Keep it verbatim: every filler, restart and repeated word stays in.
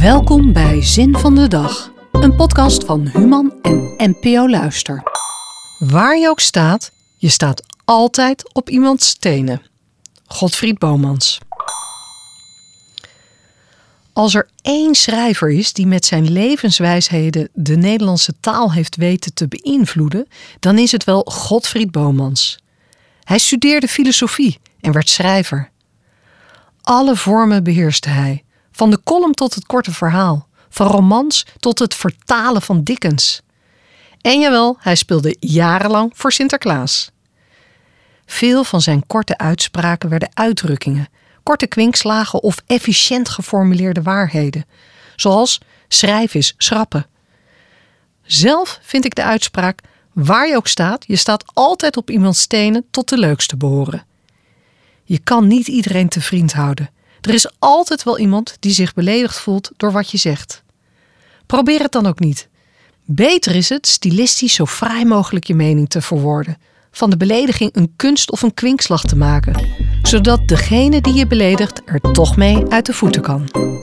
Welkom bij Zin van de Dag, een podcast van Human en N P O Luister. Waar je ook staat, je staat altijd op iemands tenen. Godfried Bomans. Als er één schrijver is die met zijn levenswijsheden de Nederlandse taal heeft weten te beïnvloeden, dan is het wel Godfried Bomans. Hij studeerde filosofie en werd schrijver. Alle vormen beheerste hij, van de column tot het korte verhaal, van romans tot het vertalen van Dickens. En jawel, hij speelde jarenlang voor Sinterklaas. Veel van zijn korte uitspraken werden uitdrukkingen, korte kwinkslagen of efficiënt geformuleerde waarheden, zoals schrijf is schrappen. Zelf vind ik de uitspraak, waar je ook staat, je staat altijd op iemands tenen, tot de leukste behoren. Je kan niet iedereen te vriend houden. Er is altijd wel iemand die zich beledigd voelt door wat je zegt. Probeer het dan ook niet. Beter is het stilistisch zo fraai mogelijk je mening te verwoorden, van de belediging een kunst of een kwinkslag te maken, zodat degene die je beledigt er toch mee uit de voeten kan.